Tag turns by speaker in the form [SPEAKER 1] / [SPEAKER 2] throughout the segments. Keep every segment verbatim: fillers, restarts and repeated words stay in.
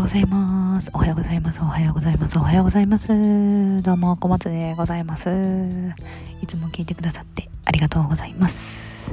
[SPEAKER 1] ございます。おはようございます。おはようございます。おはようございます。どうも、小松でございます。いつも聞いてくださってありがとうございます。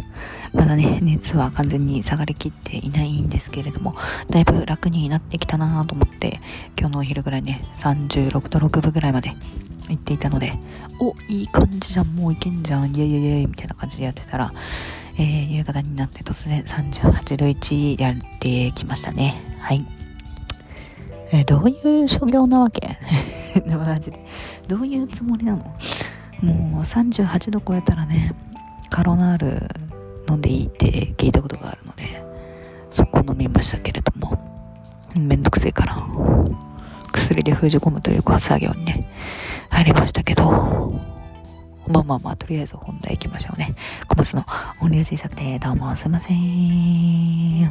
[SPEAKER 1] まだね、熱は完全に下がりきっていないんですけれども、だいぶ楽になってきたなと思って、今日のお昼ぐらいね、さんじゅうろくどろくぶぐらいまで行っていたので、お、いい感じじゃん、もういけんじゃん、イェイイェイイェイみたいな感じでやってたら、えー、夕方になって突然さんじゅうはちどいちやってきましたね。はい。えー、どういう所業なわけマジで。どういうつもりなの？もうさんじゅうはちど超えたらね、カロナール飲んでいいって聞いたことがあるので、そこ飲みましたけれども、めんどくせえから、薬で封じ込むという作業にね、入りましたけど、まあまあまあ、とりあえず本題行きましょうね。小松の音量小さくて、どうもすいません。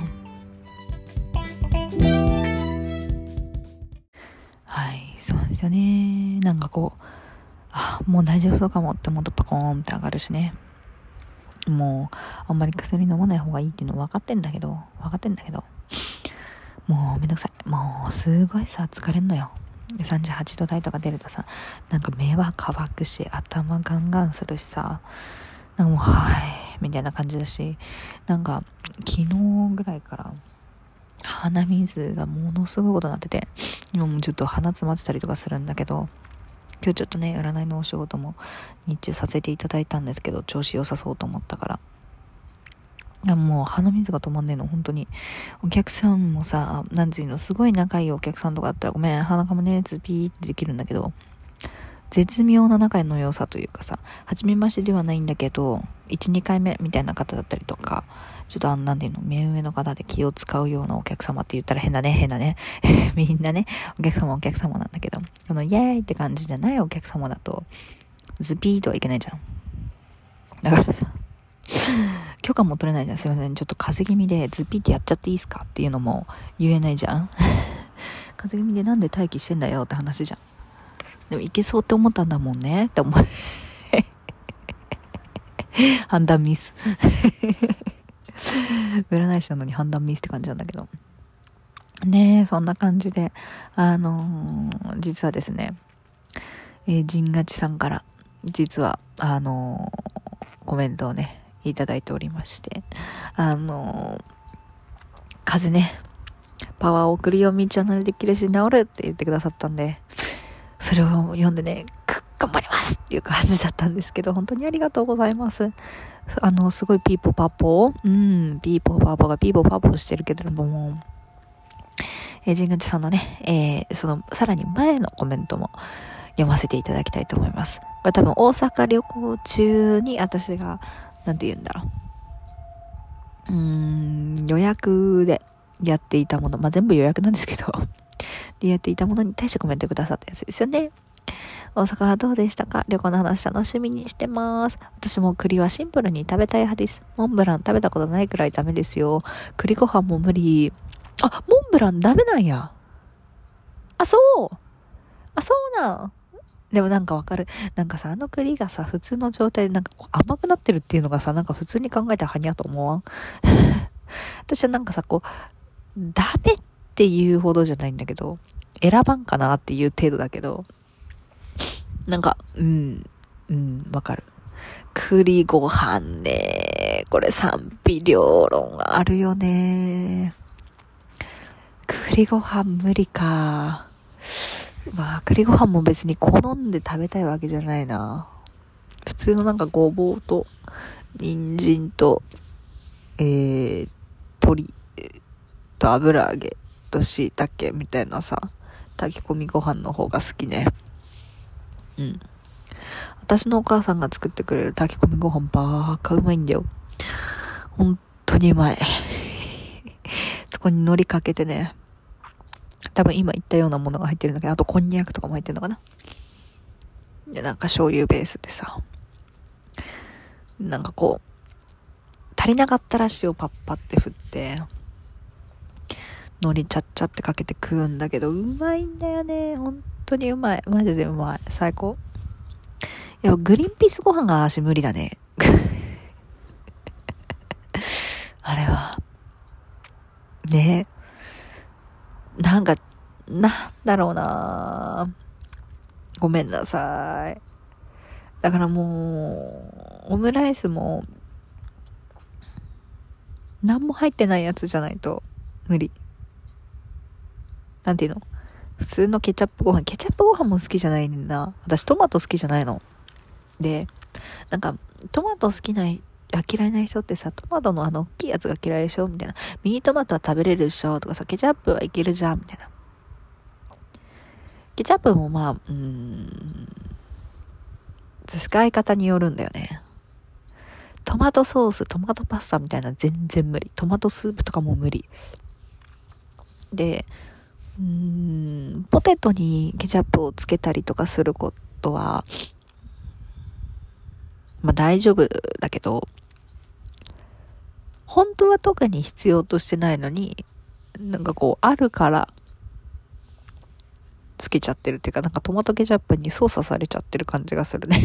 [SPEAKER 1] はい、そうなんですよね。なんかこう、あ、もう大丈夫そうかもって思うとパコーンって上がるしね。もう、あんまり薬飲まない方がいいっていうの分かってんだけど、分かってんだけど、もうめんどくさい。もう、すごいさ、疲れんのよ。さんじゅうはちど台とか出るとさ、なんか目は乾くし、頭ガンガンするしさ、なんかもう、はいみたいな感じだし、なんか昨日ぐらいから鼻水がものすごいことになってて、今もちょっと鼻詰まってたりとかするんだけど、今日ちょっとね、占いのお仕事も日中させていただいたんですけど、調子良さそうと思ったから、いやもう鼻水が止まんねえの、本当に。お客さんもさ、なんていうの、すごい仲いいお客さんとかだったら、ごめん、鼻かもね、ズピーってできるんだけど、絶妙な仲の良さというかさ、初めましてではないんだけど、いち、にかいめみたいな方だったりとか、ちょっとあの、なんていうの、目上の方で気を使うようなお客様って言ったら変だね、変だね。みんなね、お客様お客様なんだけど、このイエーイって感じじゃないお客様だと、ズピーとはいけないじゃん。だからさ、許可も取れないじゃん。すいません。ちょっと風邪気味でズピーってやっちゃっていいっすかっていうのも言えないじゃん。風邪気味でなんで待機してんだよって話じゃん。でもいけそうって思ったんだもんねって思う。判断ミス。占い師なのに判断ミスって感じなんだけど。ねえ、そんな感じで、あのー、実はですね、えー、ジンガチさんから、実は、あのー、コメントをね、いただいておりまして、あのー、風ね、パワーを送るよ、みチャンネルできるし治るって言ってくださったんで、それを読んでね、頑張りますっていう感じだったんですけど、本当にありがとうございます。あの、すごいピーポーパーポー、うん、ピーポーパーポーがピーポーパーポーしてるけれども、えー、ジンガチさんのね、えー、その、さらに前のコメントも読ませていただきたいと思います。これ多分大阪旅行中に私が、なんて言うんだろう。うーん、予約でやっていたもの、まあ、全部予約なんですけど、でやっていたものに対してコメントくださったやつですよね。大阪はどうでしたか？旅行の話楽しみにしてます。私も栗はシンプルに食べたい派です。モンブラン食べたことないくらいダメですよ。栗ご飯も無理。あ、モンブランダメなんや。あ、そう。あ、そうなん。でもなんかわかる。なんかさ、あの栗がさ、普通の状態でなんかこう甘くなってるっていうのがさ、なんか普通に考えたらはにゃと思わん私はなんかさ、こう、ダメっていうほどじゃないんだけど、選ばんかなっていう程度だけど、なんか、うん、うん、わかる。栗ご飯ね。これ賛否両論あるよね。栗ご飯無理か。まあ、栗ご飯も別に好んで食べたいわけじゃないな。普通のなんかごぼうと、人参と、えー、鶏と油揚げと椎茸みたいなさ、炊き込みご飯の方が好きね。うん。私のお母さんが作ってくれる炊き込みご飯ばーかうまいんだよ。本当にうまい。そこに海苔かけてね。多分今言ったようなものが入ってるんだけど、あとこんにゃくとかも入ってるのかな。で、なんか醤油ベースでさ、なんかこう、足りなかったら塩パッパって振って、海苔ちゃっちゃってかけて食うんだけど、うまいんだよね。本当にうまい。マジでうまい。最高。いや、グリーンピースご飯が足無理だね。あれは。ねえ。なんか、 なんだろうな、ごめんなさい。だからもうオムライスも何も入ってないやつじゃないと無理。なんていうの、普通のケチャップご飯、ケチャップご飯も好きじゃないねんな。私トマト好きじゃないので、なんかトマト好きな、あ、嫌いな人ってさ、トマトのあの大きいやつが嫌いでしょみたいな。ミニトマトは食べれるでしょとかさ、ケチャップはいけるじゃんみたいな。ケチャップもまあ、うーん、使い方によるんだよね。トマトソース、トマトパスタみたいな全然無理。トマトスープとかも無理。で、うーん、ポテトにケチャップをつけたりとかすることは、まあ大丈夫だけど、本当は特に必要としてないのに、なんかこう、あるから、つけちゃってるっていうか、なんかトマトケチャップに操作されちゃってる感じがするね。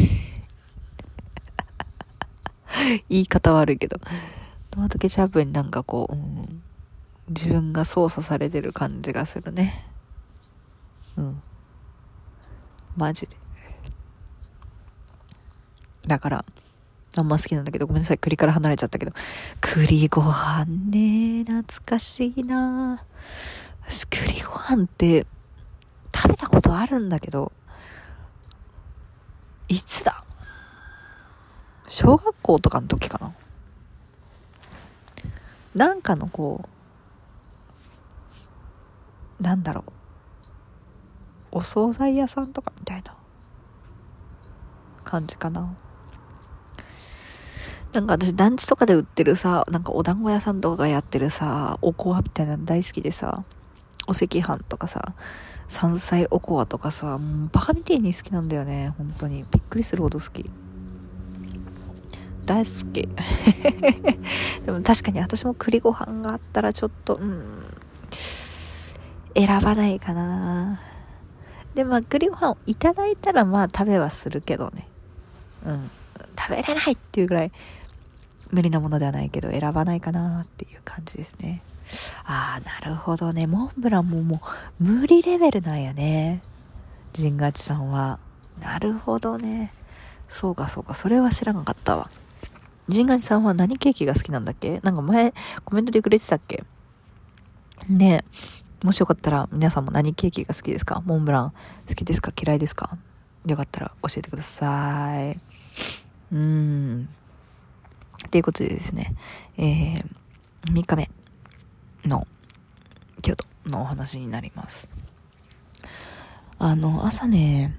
[SPEAKER 1] 言い方悪いけど。トマトケチャップになんかこう、うん、自分が操作されてる感じがするね。うん。マジで。だから、あんま好きなんだけど、ごめんなさい、栗から離れちゃったけど。栗ご飯ね、懐かしいな。私栗ご飯って食べたことあるんだけど、いつだ、小学校とかの時かな。なんかのこう、なんだろう、お惣菜屋さんとかみたいな感じかな。なんか私団地とかで売ってるさ、なんかお団子屋さんとかがやってるさ、おこわみたいなの大好きでさ、お赤飯とかさ、山菜おこわとかさ、もうバカみてえに好きなんだよね。本当にびっくりするほど好き、大好き。でも確かに私も栗ご飯があったらちょっと、うん、選ばないかな。でまあ栗ご飯をいただいたらまあ食べはするけどね、うん、食べれないっていうぐらい無理なものではないけど選ばないかなっていう感じですね。ああ、なるほどね。モンブランももう無理レベルなんやね、ジンガチさんは。なるほどね。そうかそうか、それは知らなかったわ。ジンガチさんは何ケーキが好きなんだっけ？なんか前コメントでくれてたっけねえ。もしよかったら皆さんも何ケーキが好きですか？モンブラン好きですか？嫌いですか？よかったら教えてください。うーん。ということでですね、えー、みっかめの京都のお話になります。あの、朝ね、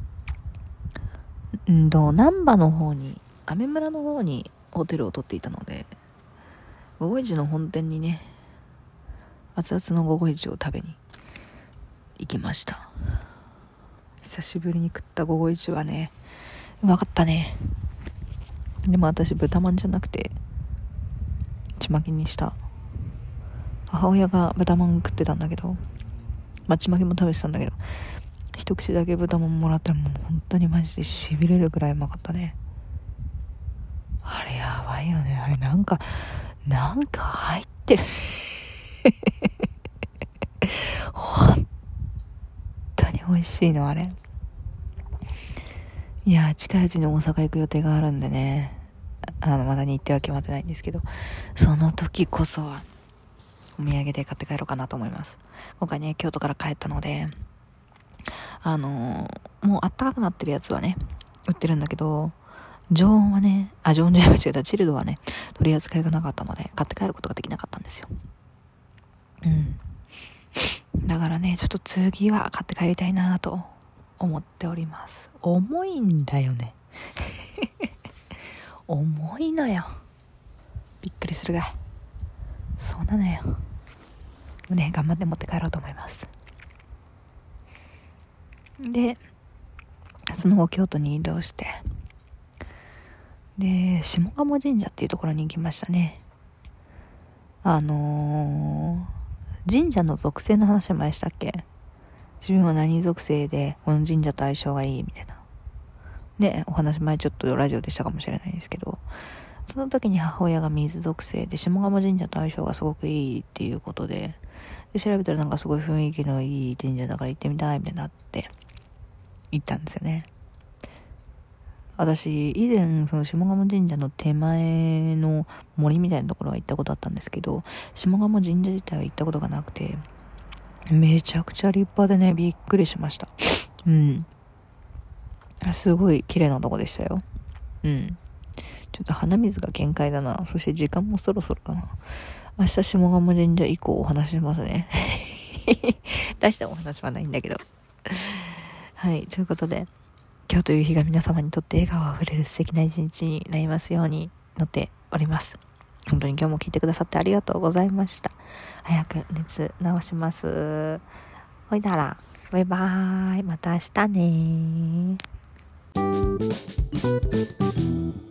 [SPEAKER 1] んと、難波の方に、アメ村の方にホテルを取っていたので、午後一の本店にね、熱々の午後一を食べに行きました。久しぶりに食った午後一はね、うまかったね。でも私豚まんじゃなくてちまきにした。母親が豚まん食ってたんだけど、まあ、ちまきも食べてたんだけど、一口だけ豚まんもらったらもう本当にマジでしびれるくらいうまかったね。あれやばいよね。あれなんかなんか入ってる本当に美味しいのあれ。いや、近いうちに大阪行く予定があるんでね、あのまだ日程は決まってないんですけど、その時こそはお土産で買って帰ろうかなと思います。今回ね、京都から帰ったので、あのー、もうあったかくなってるやつはね売ってるんだけど、常温はね、あ、常温じゃ間違えた、チルドはね取り扱いがなかったので買って帰ることができなかったんですよ。うんだからね、ちょっと次は買って帰りたいなと思っております。重いんだよね重いのよ、びっくりするぐらい。そうなのよね。頑張って持って帰ろうと思います。でその後京都に移動して、で下鴨神社っていうところに行きましたね。あのー、神社の属性の話は前したっけ？自分は何属性でこの神社と相性がいいみたいなでお話前ちょっとラジオでしたかもしれないですけど、その時に母親が水属性で下鴨神社と相性がすごくいいっていうことで、 で調べたらなんかすごい雰囲気のいい神社だから行ってみたいみたいになって行ったんですよね。私以前その下鴨神社の手前の森みたいなところは行ったことあったんですけど、下鴨神社自体は行ったことがなくて、めちゃくちゃ立派でね、びっくりしました。うんすごい綺麗なとこでしたよ。うんちょっと鼻水が限界だな。そして時間もそろそろかな。明日下鴨神社以降お話しますね大したお話はないんだけどはいということで、今日という日が皆様にとって笑顔あふれる素敵な一日になりますように祈っております。本当に今日も聞いてくださってありがとうございました。早く熱治します。ほいだらバイバーイ、また明日ねー。